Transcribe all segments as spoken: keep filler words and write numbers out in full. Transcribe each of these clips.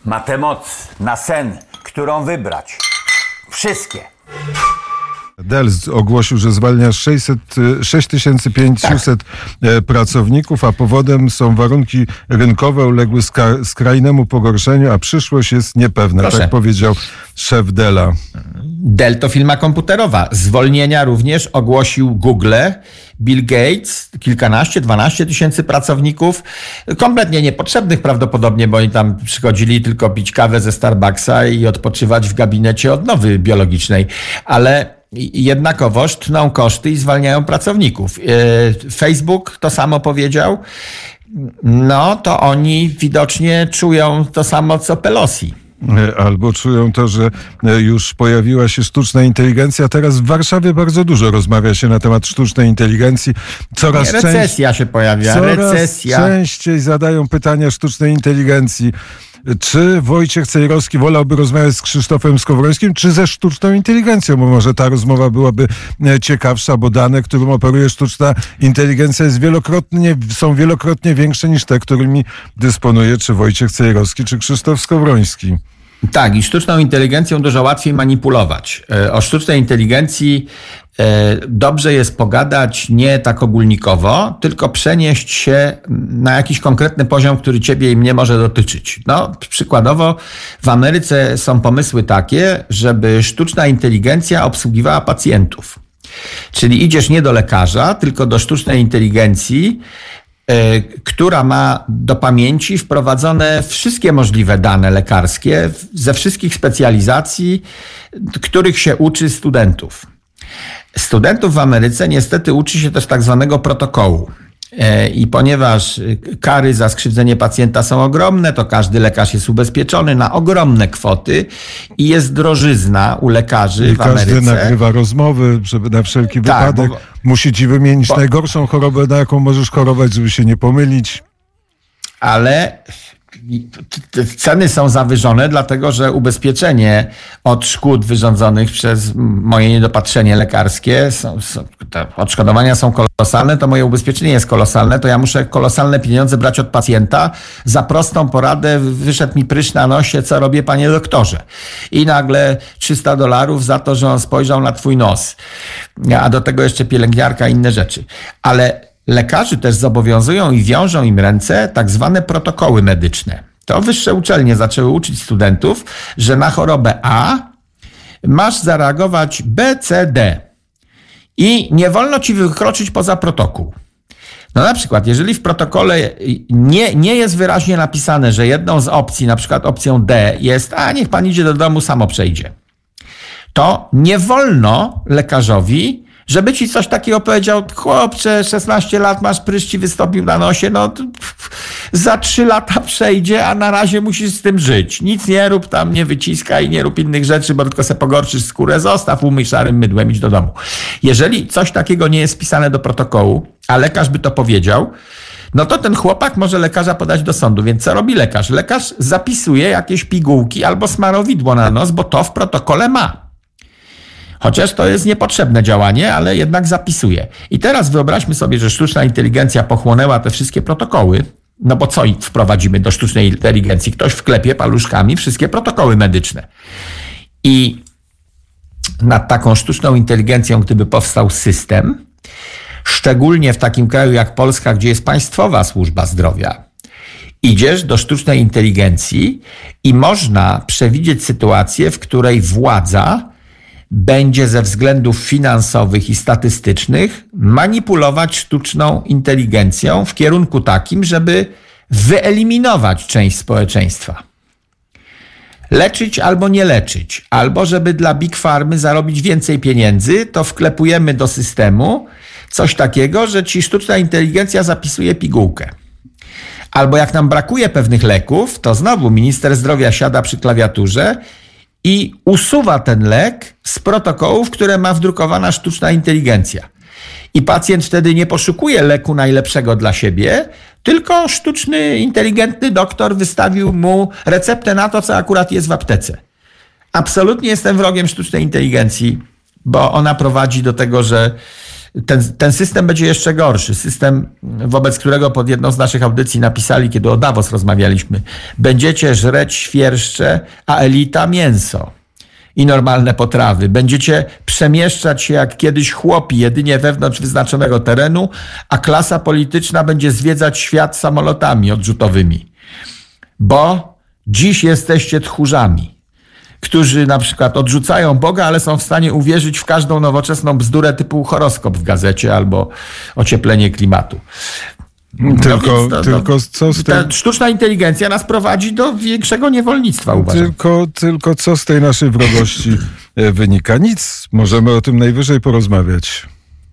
ma tę moc na sen, którą wybrać. Wszystkie. Dell ogłosił, że zwalnia sześć tysięcy pięćset tak. pracowników, a powodem są warunki rynkowe uległy ska- skrajnemu pogorszeniu, a przyszłość jest niepewna. Proszę. Tak powiedział szef Della. Dell to firma komputerowa. Zwolnienia również ogłosił Google, Bill Gates, kilkanaście, dwanaście tysięcy pracowników, kompletnie niepotrzebnych prawdopodobnie, bo oni tam przychodzili tylko pić kawę ze Starbucksa i odpoczywać w gabinecie odnowy biologicznej. Ale jednakowoż tną koszty i zwalniają pracowników. Facebook to samo powiedział. No to oni widocznie czują to samo co Pelosi. Albo czują to, że już pojawiła się sztuczna inteligencja. Teraz w Warszawie bardzo dużo rozmawia się na temat sztucznej inteligencji. Coraz Nie, recesja część... się pojawia. Coraz recesja. częściej zadają pytania sztucznej inteligencji. Czy Wojciech Cejrowski wolałby rozmawiać z Krzysztofem Skowrońskim, czy ze sztuczną inteligencją? Bo może ta rozmowa byłaby ciekawsza, bo dane, którym operuje sztuczna inteligencja jest wielokrotnie, są wielokrotnie większe niż te, którymi dysponuje czy Wojciech Cejrowski, czy Krzysztof Skowroński. Tak, i sztuczną inteligencją dużo łatwiej manipulować. O sztucznej inteligencji dobrze jest pogadać nie tak ogólnikowo, tylko przenieść się na jakiś konkretny poziom, który ciebie i mnie może dotyczyć. No, przykładowo w Ameryce są pomysły takie, żeby sztuczna inteligencja obsługiwała pacjentów. Czyli idziesz nie do lekarza, tylko do sztucznej inteligencji, która ma do pamięci wprowadzone wszystkie możliwe dane lekarskie ze wszystkich specjalizacji, których się uczy studentów. Studentów w Ameryce niestety uczy się też tak zwanego protokołu. I ponieważ kary za skrzywdzenie pacjenta są ogromne, to każdy lekarz jest ubezpieczony na ogromne kwoty i jest drożyzna u lekarzy I w Ameryce. Każdy nagrywa rozmowy, żeby na wszelki tak, wypadek bo, musi ci wymienić bo, najgorszą chorobę, na jaką możesz chorować, żeby się nie pomylić. Ale ceny są zawyżone, dlatego że ubezpieczenie od szkód wyrządzonych przez moje niedopatrzenie lekarskie, są, są, te odszkodowania są kolosalne, to moje ubezpieczenie jest kolosalne, to ja muszę kolosalne pieniądze brać od pacjenta. Za prostą poradę wyszedł mi prysz na nosie, co robię, panie doktorze. I nagle trzysta dolarów za to, że on spojrzał na twój nos. A do tego jeszcze pielęgniarka i inne rzeczy. Ale lekarzy też zobowiązują i wiążą im ręce tak zwane protokoły medyczne. To wyższe uczelnie zaczęły uczyć studentów, że na chorobę A masz zareagować B, C, D. I nie wolno ci wykroczyć poza protokół. No na przykład, jeżeli w protokole nie, nie jest wyraźnie napisane, że jedną z opcji, na przykład opcją D jest, a niech pan idzie do domu, samo przejdzie, to nie wolno lekarzowi, żeby ci coś takiego powiedział, chłopcze, szesnaście lat masz, prysz ci wystąpił na nosie, no pff, za trzy lata przejdzie, a na razie musisz z tym żyć. Nic nie rób tam, nie wyciskaj, nie rób innych rzeczy, bo tylko se pogorszysz skórę, zostaw, umyj szarym mydłem, idź do domu. Jeżeli coś takiego nie jest wpisane do protokołu, a lekarz by to powiedział, no to ten chłopak może lekarza podać do sądu. Więc co robi lekarz? Lekarz zapisuje jakieś pigułki albo smarowidło na nos, bo to w protokole ma. Chociaż to jest niepotrzebne działanie, ale jednak zapisuje. I teraz wyobraźmy sobie, że sztuczna inteligencja pochłonęła te wszystkie protokoły, no bo co wprowadzimy do sztucznej inteligencji? Ktoś wklepie paluszkami wszystkie protokoły medyczne. I nad taką sztuczną inteligencją, gdyby powstał system, szczególnie w takim kraju jak Polska, gdzie jest państwowa służba zdrowia, idziesz do sztucznej inteligencji i można przewidzieć sytuację, w której władza będzie ze względów finansowych i statystycznych manipulować sztuczną inteligencją w kierunku takim, żeby wyeliminować część społeczeństwa. Leczyć albo nie leczyć, albo żeby dla Big Pharmy zarobić więcej pieniędzy, to wklepujemy do systemu coś takiego, że ci sztuczna inteligencja zapisuje pigułkę. Albo jak nam brakuje pewnych leków, to znowu minister zdrowia siada przy klawiaturze i usuwa ten lek z protokołów, które ma wdrukowana sztuczna inteligencja. I pacjent wtedy nie poszukuje leku najlepszego dla siebie, tylko sztuczny, inteligentny doktor wystawił mu receptę na to, co akurat jest w aptece. Absolutnie jestem wrogiem sztucznej inteligencji, bo ona prowadzi do tego, że ten, ten system będzie jeszcze gorszy. System, wobec którego pod jedną z naszych audycji napisali, kiedy o Davos rozmawialiśmy, będziecie żreć świerszcze, a elita mięso i normalne potrawy. Będziecie przemieszczać się jak kiedyś chłopi, jedynie wewnątrz wyznaczonego terenu, a klasa polityczna będzie zwiedzać świat samolotami odrzutowymi. Bo dziś jesteście tchórzami, którzy na przykład odrzucają Boga, ale są w stanie uwierzyć w każdą nowoczesną bzdurę typu horoskop w gazecie albo ocieplenie klimatu. Tylko, no to, tylko no, co z ta tej... sztuczna inteligencja nas prowadzi do większego niewolnictwa, uważam. Tylko, tylko co z tej naszej wrogości wynika? Nic. Możemy o tym najwyżej porozmawiać.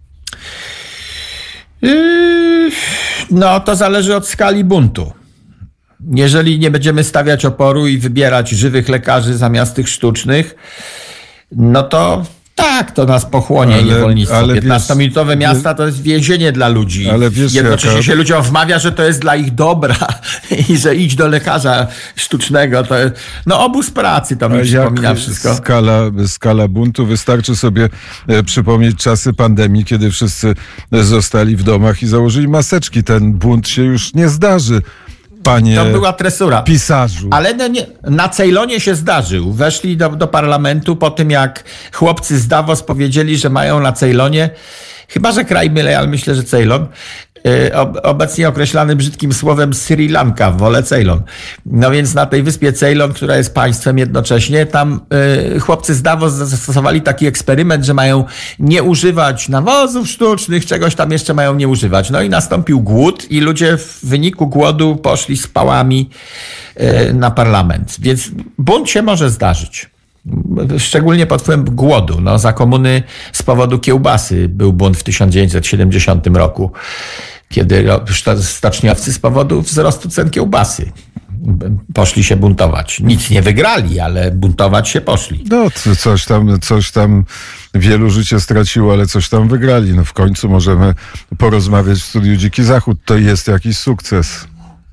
Yy, no, to zależy od skali buntu. Jeżeli nie będziemy stawiać oporu i wybierać żywych lekarzy zamiast tych sztucznych, no to tak, to nas pochłonie ale, niewolnictwo. ale piętnastominutowe wiesz, miasta to jest więzienie dla ludzi. Ale wiesz, jednocześnie jaka... się ludziom wmawia, że to jest dla ich dobra i że idź do lekarza sztucznego. To jest... No obóz pracy to mi przypomina wszystko. Skala, skala buntu. Wystarczy sobie e, przypomnieć czasy pandemii, kiedy wszyscy zostali w domach i założyli maseczki. Ten bunt się już nie zdarzy. Panie to była tresura. Pisarzu. Ale no nie, na Ceylonie się zdarzył. Weszli do, do parlamentu po tym, jak chłopcy z Davos powiedzieli, że mają na Ceylonie, chyba że kraj mylę, ale myślę, że Ceylon, yy, obecnie określany brzydkim słowem Sri Lanka, wolę Ceylon. No więc na tej wyspie Ceylon, która jest państwem jednocześnie, tam yy, chłopcy z Davos zastosowali taki eksperyment, że mają nie używać nawozów sztucznych, czegoś tam jeszcze mają nie używać. No i nastąpił głód i ludzie w wyniku głodu poszli z pałami yy, na parlament. Więc bunt się może zdarzyć. Szczególnie pod wpływem głodu. No, za komuny z powodu kiełbasy był bunt w tysiąc dziewięćset siedemdziesiątym roku, kiedy stoczniowcy z powodu wzrostu cen kiełbasy poszli się buntować. Nic nie wygrali, ale buntować się poszli. No, coś tam, coś tam wielu życie straciło, ale coś tam wygrali. No w końcu możemy porozmawiać w studiu Dziki Zachód. To jest jakiś sukces.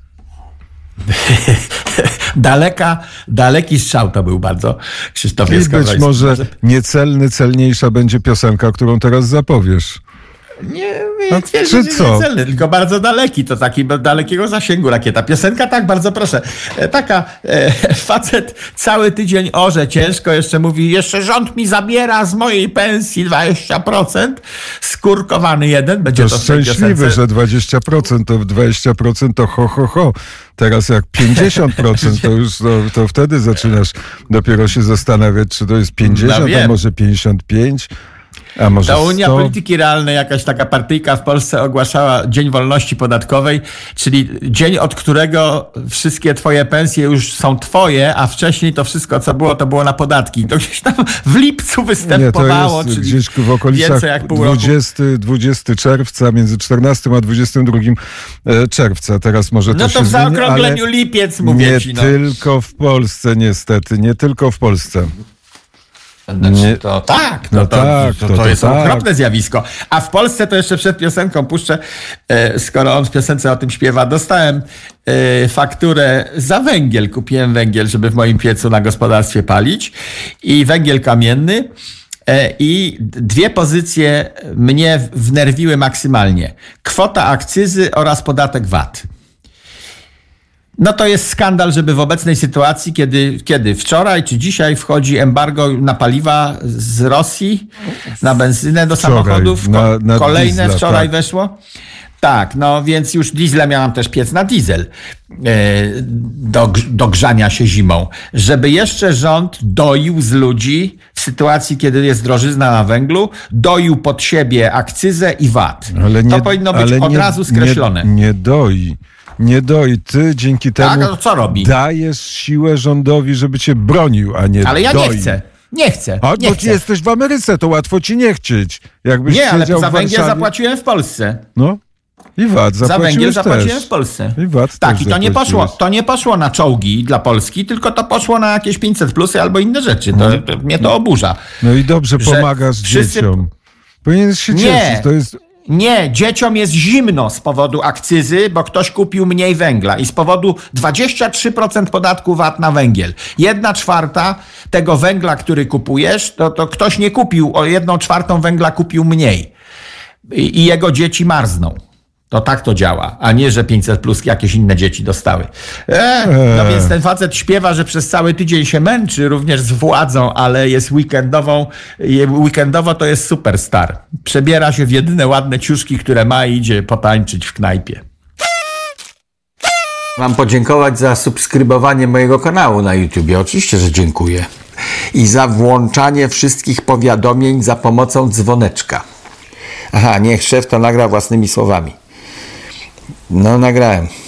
Daleka, daleki strzał to był bardzo, Krzysztofie I Skowroński. być może niecelny, celniejsza będzie piosenka, którą teraz zapowiesz. Nie, no, nie twierdzę, czy że co? nie celny, tylko bardzo daleki, to taki dalekiego zasięgu rakieta. Piosenka, tak, bardzo proszę. E, taka, e, facet cały tydzień orze ciężko, jeszcze mówi, jeszcze rząd mi zabiera z mojej pensji dwadzieścia procent, skurkowany jeden, będzie to, to w tej szczęśliwy, piosence. że dwadzieścia procent to dwadzieścia procent to ho, ho, ho. Teraz jak pięćdziesiąt procent, to już to, to wtedy zaczynasz dopiero się zastanawiać, czy to jest pięćdziesiąt, No a może pięćdziesiąt pięć. A może Ta Unia sto? Polityki Realnej, jakaś taka partyjka w Polsce ogłaszała Dzień Wolności Podatkowej, czyli dzień, od którego wszystkie twoje pensje już są twoje, a wcześniej to wszystko, co było, to było na podatki. To gdzieś tam w lipcu występowało, Nie, to jest czyli gdzieś w okolicach więcej jak pół roku. dwudziestego czerwca, między czternastym a dwudziestym drugim czerwca. Teraz może No to to się w zmieni, zaokrągleniu ale lipiec, mówię nie ci. No. tylko w Polsce niestety, nie tylko w Polsce. Znaczy, Nie. to tak, no No to, tak, to, to- to to jest tak. okropne zjawisko. A w Polsce to jeszcze przed piosenką puszczę, e, skoro on w piosence o tym śpiewa, dostałem e, fakturę za węgiel. Kupiłem węgiel, żeby w moim piecu na gospodarstwie palić i węgiel kamienny. E, I dwie pozycje mnie wnerwiły maksymalnie. Kwota akcyzy oraz podatek V A T. No to jest skandal, żeby w obecnej sytuacji, kiedy, kiedy wczoraj czy dzisiaj wchodzi embargo na paliwa z Rosji, na benzynę do Wczoraj, samochodów, na- na kolejne diesla, wczoraj tak. weszło. Tak, no więc już diesla miałam też piec na diesel e, do, do grzania się zimą. Żeby jeszcze rząd doił z ludzi w sytuacji, kiedy jest drożyzna na węglu, doił pod siebie akcyzę i V A T. Ale nie, to powinno być ale od nie, razu skreślone. Nie, nie doi. Nie doi. Ty dzięki temu Tak, a to co robi? dajesz siłę rządowi, żeby cię bronił, a nie Ale ja doi. nie chcę. Nie chcę. A nie bo chcę. jesteś w Ameryce, to łatwo ci nie chcieć. Jakbyś Nie, ale siedział za w węgiel Warszawie, zapłaciłem w Polsce. No i V A T Za zapłaciłeś węgiel zapłaciłem też. w Polsce. I V A T Tak, też i to nie poszło, zapłaciłeś. to nie poszło na czołgi dla Polski, tylko to poszło na jakieś pięćset plusy albo inne rzeczy. To, to mnie to oburza. No i dobrze że pomagasz wszyscy- dzieciom. Powinieneś się Nie. cieszyć. To jest... Nie, dzieciom jest zimno z powodu akcyzy, bo ktoś kupił mniej węgla i z powodu dwadzieścia trzy procent podatku V A T na węgiel. Jedna czwarta tego węgla, który kupujesz, to, to ktoś nie kupił, o jedną czwartą węgla kupił mniej. i, i jego dzieci marzną. To tak to działa, a nie, że pięćset plus jakieś inne dzieci dostały. E, no więc ten facet śpiewa, że przez cały tydzień się męczy również z władzą, ale jest weekendową, weekendowo to jest superstar. Przebiera się w jedyne ładne ciuszki, które ma i idzie potańczyć w knajpie. Mam podziękować za subskrybowanie mojego kanału na YouTubie. Oczywiście, że dziękuję. I za włączanie wszystkich powiadomień za pomocą dzwoneczka. Aha, niech szef to nagra własnymi słowami. No, nagrałem.